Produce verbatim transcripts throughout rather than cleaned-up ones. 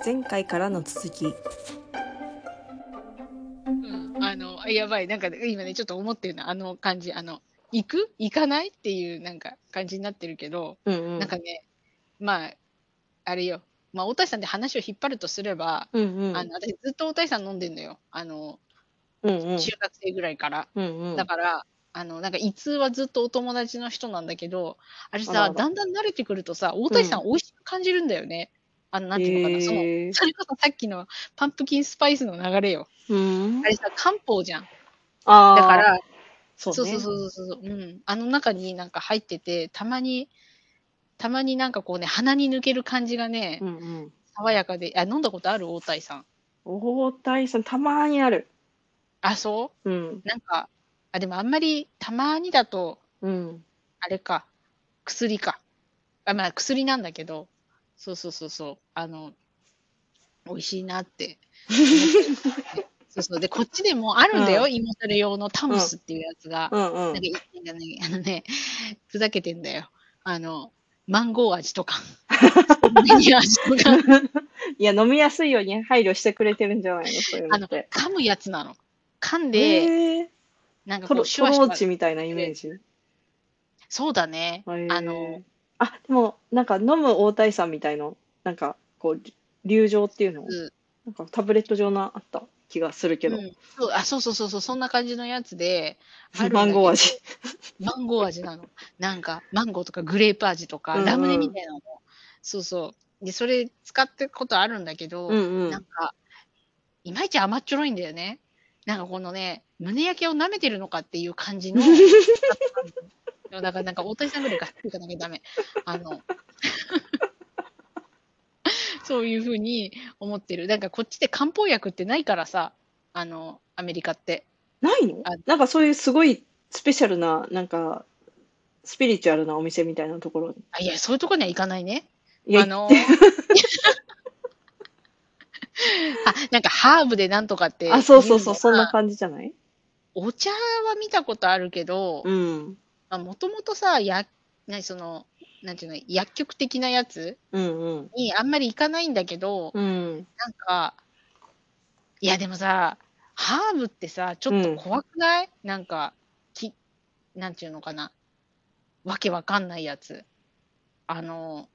前回からの続き。 うん、あの、あやばい、なんか今ね、ちょっと思ってるの、あの感じ、あの、行く行かないっていうなんか感じになってるけど、 うんうん。 なんかね、まあ、あれよ、まあ、大谷さんで話を引っ張るとすれば、 うんうん。 あの、私ずっと大谷さん飲んでんのよ。あの、 うんうん。 中学生ぐらいから。 うんうん。 だから、あの、なんか、いつはずっとお友達の人なんだけど、あれさ、 あらあら。 だんだん慣れてくるとさ、大うん。 谷さん美味しく感じるんだよね。あの、なんていうのかな、その、 へえ。 それこそさっきのパンプキンスパイスの流れよ。 うん。 あれさ、漢方じゃん。だかああ、 ら、そうそうそうね。 そうそうそう、うん。あの中になんか入ってて、たまに、たまになんかこうね、鼻に抜ける感じがね、 うんうん。 爽やかで、あ、飲んだことある大谷さん。 大谷さん、たまーにある。 あ、そうん。 うなんか、あ、でもあんまりたまにだと、 うん。 あれか、薬か。あ、まあ薬なんだけど、そうそうそうそう、あの、美味しいなって思ったりとかして。そうそう。で、こっちでもあるんだよ、 うん。 胃もたれ用のタうん。 ムスっていうやつが。 うんうん。 なんか、いなんかね、あのね、ふざけてんだよ。あの、マンゴー味とか、ストロベリー味とか、 いや、飲みやすいように配慮してくれてるんじゃないの、そういうのあの、 って。 噛むやつなの。噛んで、 へえ。 なんかこう、 トロ、トローシュワシュワチみたいなイするやつ。 メージ。 そうだね。あの、 へえ。あ、でも、なんか飲む大谷さんみたいの、なんか、こう、流状っていうのうなんかタブレット状なあった気がするけど。 うん、そう、あ、そうそうそうそう、そんな感じのやつで、あるマんだけど、 ンゴー味。 マンゴー味なの。なんか、マンゴーとかグレープ味とうか、ラムネんうん。 みたいなの。そうそう。で、それ使ってことあるんだけど、 うんうん。 なんか、いまいち甘っちょろいんだよね。なんかこのね、胸焼けを舐めてるのかっていう感じの酸っぱさ感じ。だからなんか大谷さんぐらいがっつりいかなきゃダメ。あの、そういう風に思ってる。なんかこっちで漢方薬ってないからさ、あの、アメリカって。 ないの？ あ、 なんかそういうすごいスペシャルな、なんか、スピリチュアルなお店みたいなところに。 あ、いや、そういうとこには行かないね。 いや、 あ行って。 の、あ、なんかハーブでなんとかっあ、 ていうのそうそうそう、そんなは、 感じじゃない？ お茶は見たことあるけど、 うん。 まあ、もともとさ、や、なにその、なんていうの、薬局的なやつうんうん。 にあんまり行かないんだけど、 うん。 なんか、いやでもさ、ハーブってさ、ちょっとうん。 怖くないなんか、き、なんていうのかな。わけわかんないやつ。あの、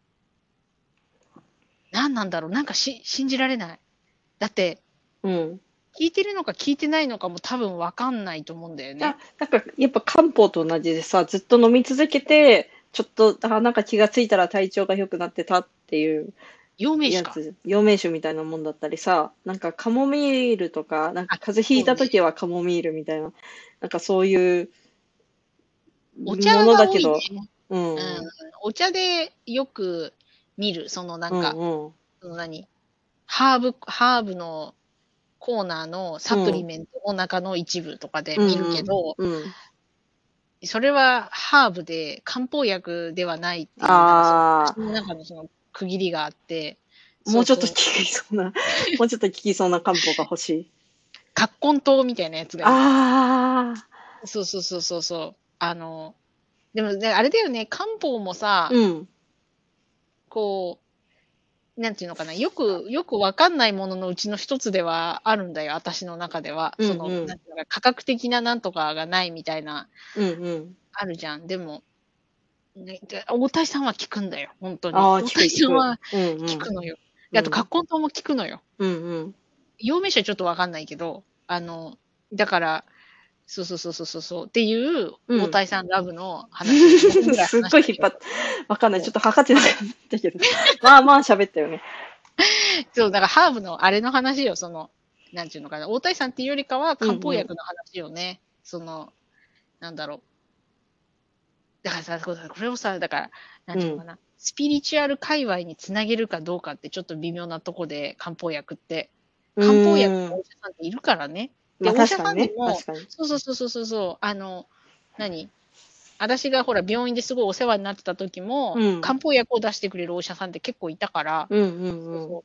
なんなんだろう。なんかし、信じられない。だって、 うん。 聞いてるのか聞いてないのかも多分わかんないと思うんだよあ、 ね。 なんか、やっぱ漢方と同じでさ、ずっと飲み続けて、ちょっと、あ、なんか気がついたら体調が良くなってたっていう陽明酒か。 やつ、陽明酒みたいなもんだったりさ、なんかカモミールとか、なんかあ、 風邪ひいそうね。 た時はカモミールみたいな、なんかそういうお茶ものが多いね。 だけど、ううん。 ん、うん、 お茶でよく見る、そのなうんか、 ん、 その何ハーブ、ハーブのコーナーのサプリうん、 メントの中の一部とかでうん、 見るけうん、 ど、 うん。 それはハーブで漢方薬ではないっていう、なんかその、 あ私の中のその区切りがあって、 あ、もうちょっと聞そうそう、 きそうな、もうちょっと聞きそうな漢方が欲しい。 葛根湯みたいなやつがいる。 ああ、 そうそうそうそうそう。あの、でもね、あれだよね、漢方もさ、 うん、 こう、なんていうのかな、よく、よくわかんないもののうちの一つではあるんだよ、私の中では。 うん、 その、 うん、 なんていうのか、科学的ななんとかがないみたいな、 うん、うん。 あるじゃん。でも、ね、で大谷さんは効くんだよ、本当に。 ああ、 大聞く聞く。 谷さんはうん、うん、 効くのよ。で、あと、 うん、 葛根湯も効くのよ。 うん、うん。 陽明酒はちょっとわかんないけど、あの、だから、そうそうそうそうそうそうっていううん。 大谷さんラブの話をごふんぐらいすっ話したけど、 ごい引っ張っわかんない。ちょっそう。 と測ってなかったけど。まあまあ喋ったよね。 そう、だからハーブのあれの話よ、その、なんていうのかな、大谷さんっていうよりかは漢方うんうん。 薬の話よね。その、なんだろう。だからさ、これをさ、だから、なんうん。 ていうのかな、スピリチュアル界隈につなげるかどうかってちょっと微妙なとこで、漢方薬って。 う漢方薬ーん。 のお医者さんっているからね。で、 まあお医者確かにね。 さんでも、 確かに。 そうそうそうそうそう、あの、何私がほら病院ですごいお世話になってた時も、 うん。 漢方薬を出してくれるお医者さんって結構いたから、 うんうんうん。 そうそう、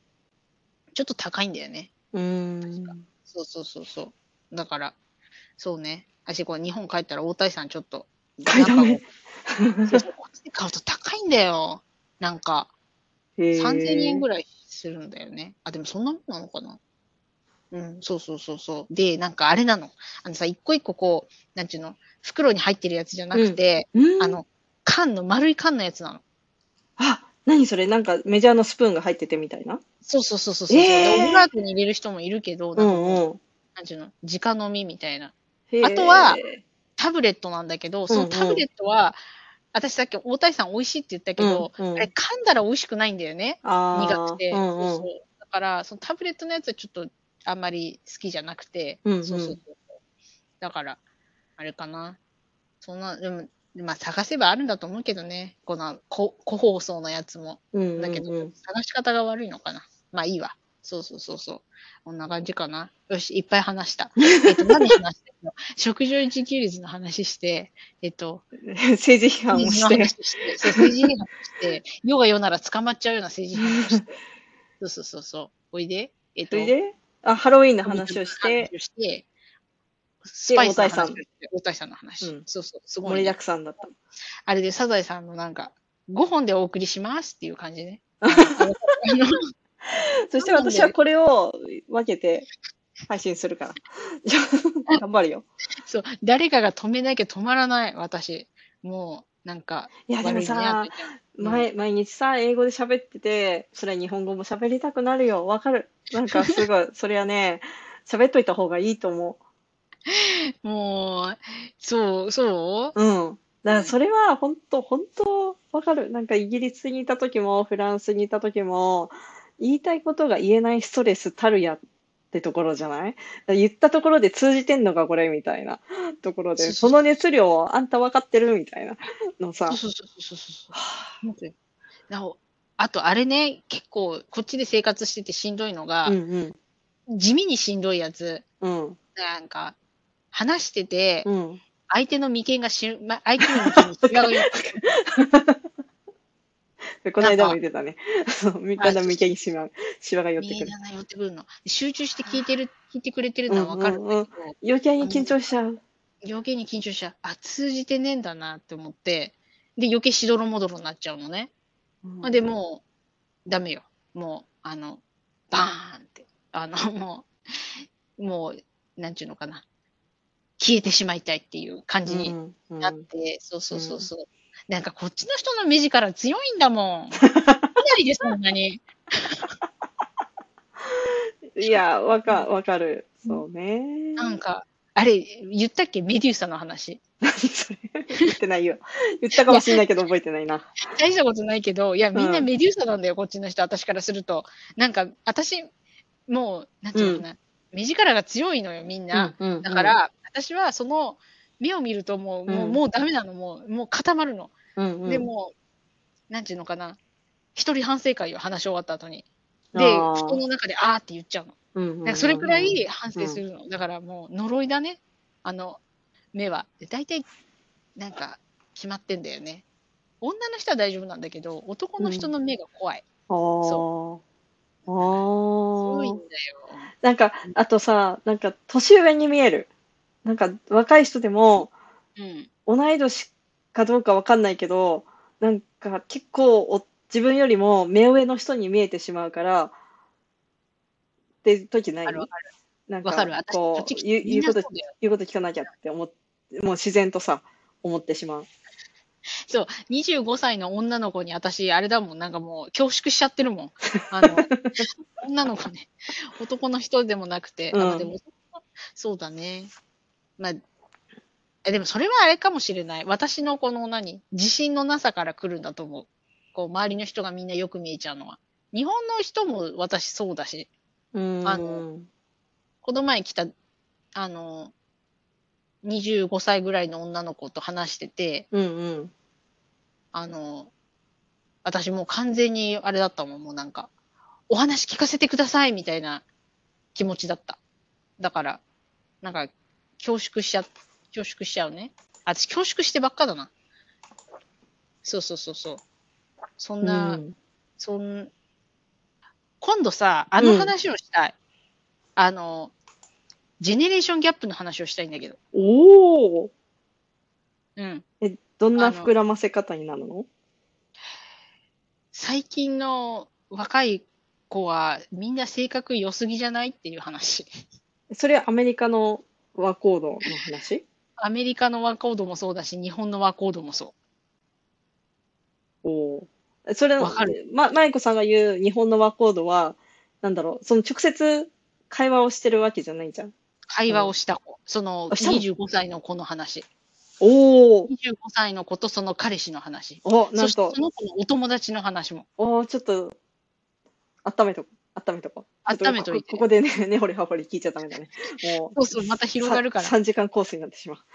ちょっと高いんだよね。 うー確か。 ん。 そうそうそうそう。だから、そうね。私、これ日本帰ったら大谷さんちょっと、ナンパが、 買いだめ。 そうそう、こっちで買うと高いんだよ。なんか。 さんぜんえんへえ。 ぐらいするんだよね。あ、でもそんなもんなのかな。うん、そうそうそうそう。で、なんかあれなの。あのさ、一個一個こう、なんちゅうの、袋に入ってるやつじゃなうん。 くて、 うん。 あの、缶の、丸い缶のやつなの。 あ、何それなんかメジャーのスプーンが入っててみたいな。 そうそうそうそうそうそう。で、オブええ。 ラートに入れる人もいるけど、 うなんかもう、 んうん。 なんちゅうの、直飲みみたいな。 へあとは、 え。 タブレットなんだけど、 うそのタブんうん。 レットは、私さっき大谷さん美味しいって言ったけうんど、あれうん。 噛んだら美味しくないんだよね。苦くああ、うて。そうそう。 んうん。 だから、そのタブレットのやつはちょっとあんまり好きじゃなくて、 うんそううん。 そうそうそう。だから、あれかな。そんな、でも、まあ探せばあるんだと思うけどね。この、こ個包装のやつも。 うんだけど、 うんうん。 探し方が悪いのかな。まあいいわ。そうそうそうそう。こんな感じかな。よし、いっぱい話した。えっと、何話してるの？食事自給率の話して、えっと、 政治批判政治のをして。 話して、そう、政治批判して、世が世なら捕まっちゃうような政治批判をして、そうそうそうそう。おいで、えっと、 それで、あ、ハロウィンのおみくじの話をして、 話をして、スで、 パイスの大谷さん。 話をして、大谷さんの話。 うん。 そうそう、すごい盛りだね。 くさんだった。 あれでサザエさんのなんか、ごほんでお送りしますっていう感じね。あの、あの、あのそしてさんぼんで、 私はこれを分けて配信するから。頑張るよ。 そう、誰かが止めなきゃ止まらない、私。もう、なんか、 いや、でも悪いね、あとさ、 ちゃん。うん。 毎毎日さ、英語で喋ってて、それは日本語も喋りたくなるよ。わかる。なんかすごい、それはね、喋っといた方がいいと思もう、そう、そう。うん。だからう、うん、 それは本当、本当わかる。なんかイギリスにいた時も、フランスにいた時も、言いたいことが言えないストレスたるやってところじゃない？だから言ったところで通じてんのか、これみたいなところで、 そうそうその熱量あんた分かってるみたいなのさ。 そうそうそうそうそうそう。ほんとに。なお、あとあれね、結構こっちで生活しててしんどいのが、 うんうん。 地味にしんどいやつ、 うん。 なんか、話してて、 うん。 相手の眉間がしま、相手の眉間にシわかる。 ワが寄ってくる。 この間もなんか、 言ってたね。そう、みだあ、 んだん眉そうそうそうそう。 間にしまう、シワが寄ってくる。 眉間が寄ってくるの。集中して聞いてる聞いてくれてるうんのは分かるんうんうん。 だけど、 余計にあ、もう緊張しちゃう。 余計に緊張しちゃう。あ、通じてねえんだなって思って、で、余計しどろもどろになっちゃうのね。あ、で、 うん。 もうダメよ。もう、あの、バーンって、あの、もうもう、なんちゅうのかな、消えてしまいたいっていう感じにうんうなっんて、そうそうそううん。 そう。なんかこっちの人の目力強いんだもん。見ないでそんなに。 いや、わかもわかる。 う、ん、 そうね。 なんか、あれ、言ったっけ？メデューサの話。 何それ。言ってないよ。言ったかいや、 もしんないけど覚えてないな。 大したことないけど、いや、みんなうん。 メデューサなんだよ、こっちの人、私からすると。なんか、私、もう、なんうん。 ていうのかな、目力が強いのよ、みんな。 うんうんうん。 だから、私はその目を見るともうもううん。 もうダメなの、もうもう固まるの。 うんうん。 で、もう、なんていうのかな、一人反省会よ、話し終わった後に。で、布団ああ。 の中で、あーって言っちゃうの。 うんうなんかそれくらんうんい反うん。うん。 省するの。だからもう呪いだね、あの目は。で、大体なんか決まってんだよね。女の人は大丈夫なんだけど、男の人うん。 の目が怖い。 あそう。 あ。あ強いんあ。 だよ。 なんか、 うん。 あとさ、なんか年上に見える。なんか若い人でも、 うん。 同い年かどうかわかんないけど、なんか結構お自分よりも目上の人に見えてしまうから、って時ない？ わかるわかる。 なんかわかる。私、そっこう、 ち来てみん言う言うことなそうだよ。 言うこと聞かなきゃって思って、もう自然とさ、思ってしまう。 そう、にじゅうごさいの女の子に私、あれだもん、なんかもう恐縮しちゃってるもん。あの、女の子ね、男の人でもなくて、あ、ま、でうん。 も、そうだね。ま、え、でもそれはあれかもしれない。私のこの何、自信のなさから来るんだと思う。こう周りの人がみんなよく見えちゃうのは。日本の人も私そうだし、 うーあの、 ん。 この前来た、あの、にじゅうごさいぐらいの女の子と話してて、 うんうん。 あの、私もう完全にあれだったもん、もうなんか、お話聞かせてくださいみたいな気持ちだった。だから、なんか、恐縮しちゃ、恐縮しちゃうね。あ、私恐縮してばっかだな。そうそうそうそう。そんな、 うん。 そん、今度さ、あのうん。 話をしたい。あの、ジェネレーションギャップの話をしたいんだけど。 おお。 うん。 え、どんなあの、 膨らませ方になるの？ 最近の若い子はみんな性格良すぎじゃないっていう話。 それはアメリカの和コードの話？ アメリカの和コードもそうだし、日本の和コードもそおおー。それう。 の、 わかる。 ま、マイコさんが言う日本の和コードは、なんだろう、その直接会話をしてるわけじゃないじゃん。 会話をその、 した子。そのあ、したの？ にじゅうごさいの子の話。 おお、 にじゅうごさいの子とその彼氏の話。 お、なそしてんと、 その子のお友達の話も。 おー、ちょっと、温めとこう。温めとこう。ちょっとここ、 温めといて。 ここでね、根掘り葉掘り聞いちゃダメだね。もう、 そうそう、また広がさ、 るから。 さんじかんコースになってしまう。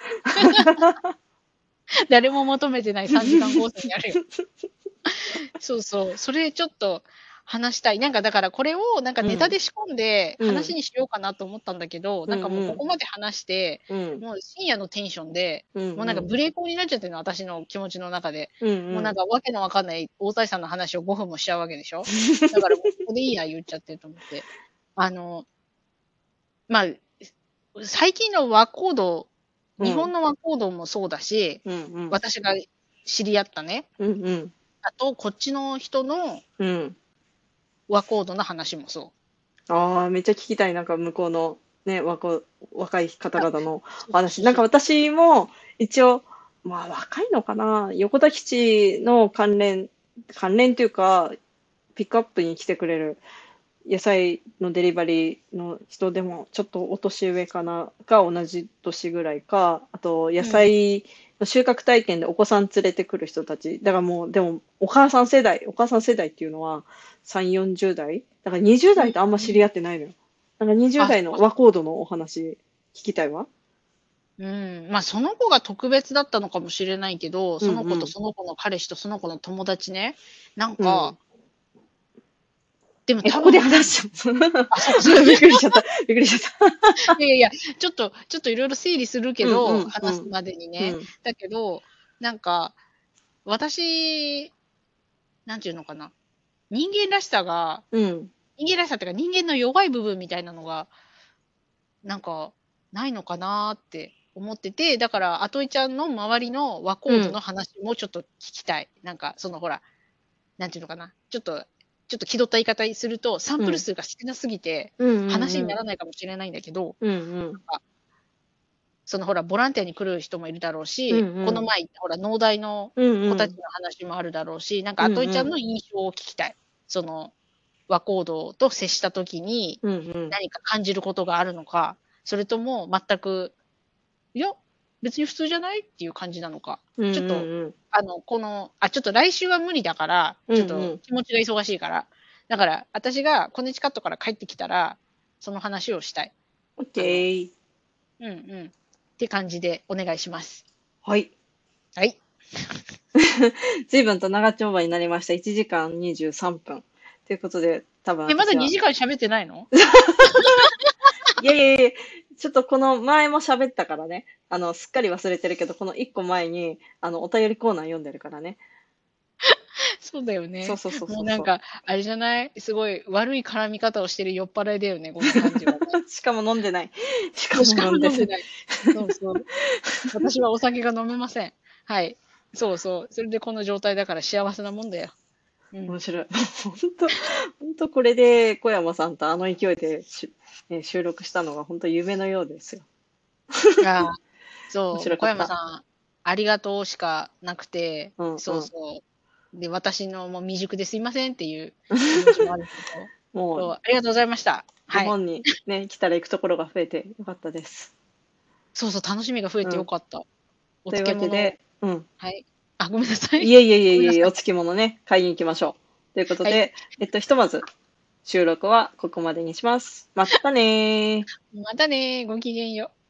誰も求めてないさんじかんコースになるよ。そうそう。それちょっと話したい。なんかだからこれをなんかうん、 ネタで仕込んでうん、 話にしようかなと思ったんだけど、 うん、 なんかもううん、 ここまで話して、 うん、 もう深夜のテンションで、 うん、 もうなんかうん、 ブレーコーになっちゃってるの、私の気持ちの中で。 うん、 もうなんうん。 かわけのわかんない大財産の話をごふんもしちゃうわけでしょ。だからもうここでいいや言っちゃってると思って。あの、まあ、最近の和コード、 うん、 日本の和コードもそうだし、 うん、うん、 私が知り合ったね、 うん、うん、 あとこっちの人のうん。 和コードの話もそう。 ああ、めっちゃ聞きたい。なんか向こうのね、若、若い方あ、 々のそうお話。なんかそうそうそう。 私も一応、まあ若いのかな。横田基地の関連、関連というか、ピックアップに来てくれる野菜のデリバリーの人でもちょっとお年上かな、が同じ年ぐらいか、あと野うん。 菜の収穫体験でお子さん連れてくる人たち。だからもう、でもお母さん世代、お母さん世代っていうのはさん、よんじゅう代だからにじゅううん代とあんまうん。 知り合ってないのよ。なんかにじゅうあ、そ代の和コードのお話聞きたいわ。 うん。まあ、その子が特別だったのかもしれないけど、その子とうんうん。 その子の彼氏とその子の友達ね、なんか、 うん。 でもえ、ここで多分、 話しちゃう。 あ、そうかそうか。 びっくりしちゃった。びっくりしちゃった。 いやいや、ちょっとちょっといろいろ整理するけうんうど、 んうん。 話すまでにね。 うん。 だけど、なんか、私、なんていうのかな、人間らしさがうん。 人間らしさっていうか、人間の弱い部分みたいなのが、なんか、ないのかなって思ってて、だから、アトイちゃんの周りの和コードのうん。 話もちょっと聞きたい。なんか、そのほら、なんていうのかな、ちょっとちょっと気取った言い方すると、サンうん。 プル数が少なすぎて、 うんうんうん。 話にならないかもしれないんだけど、 うんうん。 なんか、そのほら、ボランティアに来る人もいるだろううんし、こうん。 の前行ったほら、農大のうんうん。 子たちの話もあるだろうし、なんかうんうん。 アトイちゃんの印象を聞きたい。その、和コードと接した時に、 うんうん。 何か感じることがあるのか、それとも全く、いや、別に普通じゃないっていう感じなのか。 うんちょっと、 うん。 あの、この、あ、ちょっと来週は無理だから、 うんちょっとうん。 気持ちが忙しいから。だから、私がコネチカットから帰ってきたら、その話をしたい。 オッケあの、 ー。 うんうん。って感じでお願いします。 はい。 はい。 随分と長丁場になりました。いちじかんにじゅうさんぷん。ということで、多分え、まだ私は、 にじかん喋ってないの？ いやいやいや、ちょっとこの前も喋ったからね。あの、すっかり忘れてるけど、このいっこまえに、あの、お便りコーナー読んでるからね。 そうだよね。 そうそうそうそうそもうなんか、あれじゃない？すごい悪い絡み方をしてる酔っ払いだよね、この感じはね。 う。しかも飲んでない。しかそう、しかも飲んでない。 も飲んでない。そうそう。私はお酒が飲めません。はい。そうそう。それでこの状態だから幸せなもんだよ。うん。 面白い。本当、本当これで小山さんとあの勢いでし、ね、収録したのが本当夢のようですよ。 ああ、 面そう、もう小白かった。 山さん、ありがとうしかなくて、 うんうん。 そうそう。で、私のもう未熟ですいませんっていう気持ちもあるけど、 もうそう、ありがとうございました。はい。 日本にね、来たら行くところが増えてよかったです。 そうそう、楽しみが増えうん。 てよかった。おという漬物、 わけで、うん。 はい。あ、ごめんなさい。 いえいえいえいえいえ、おごめんなさい。 漬物ね、買いに行きましょう。ということはい。 で、えっと、ひとまず収録はここまでにします。またねー。 またね、ごきげんよう。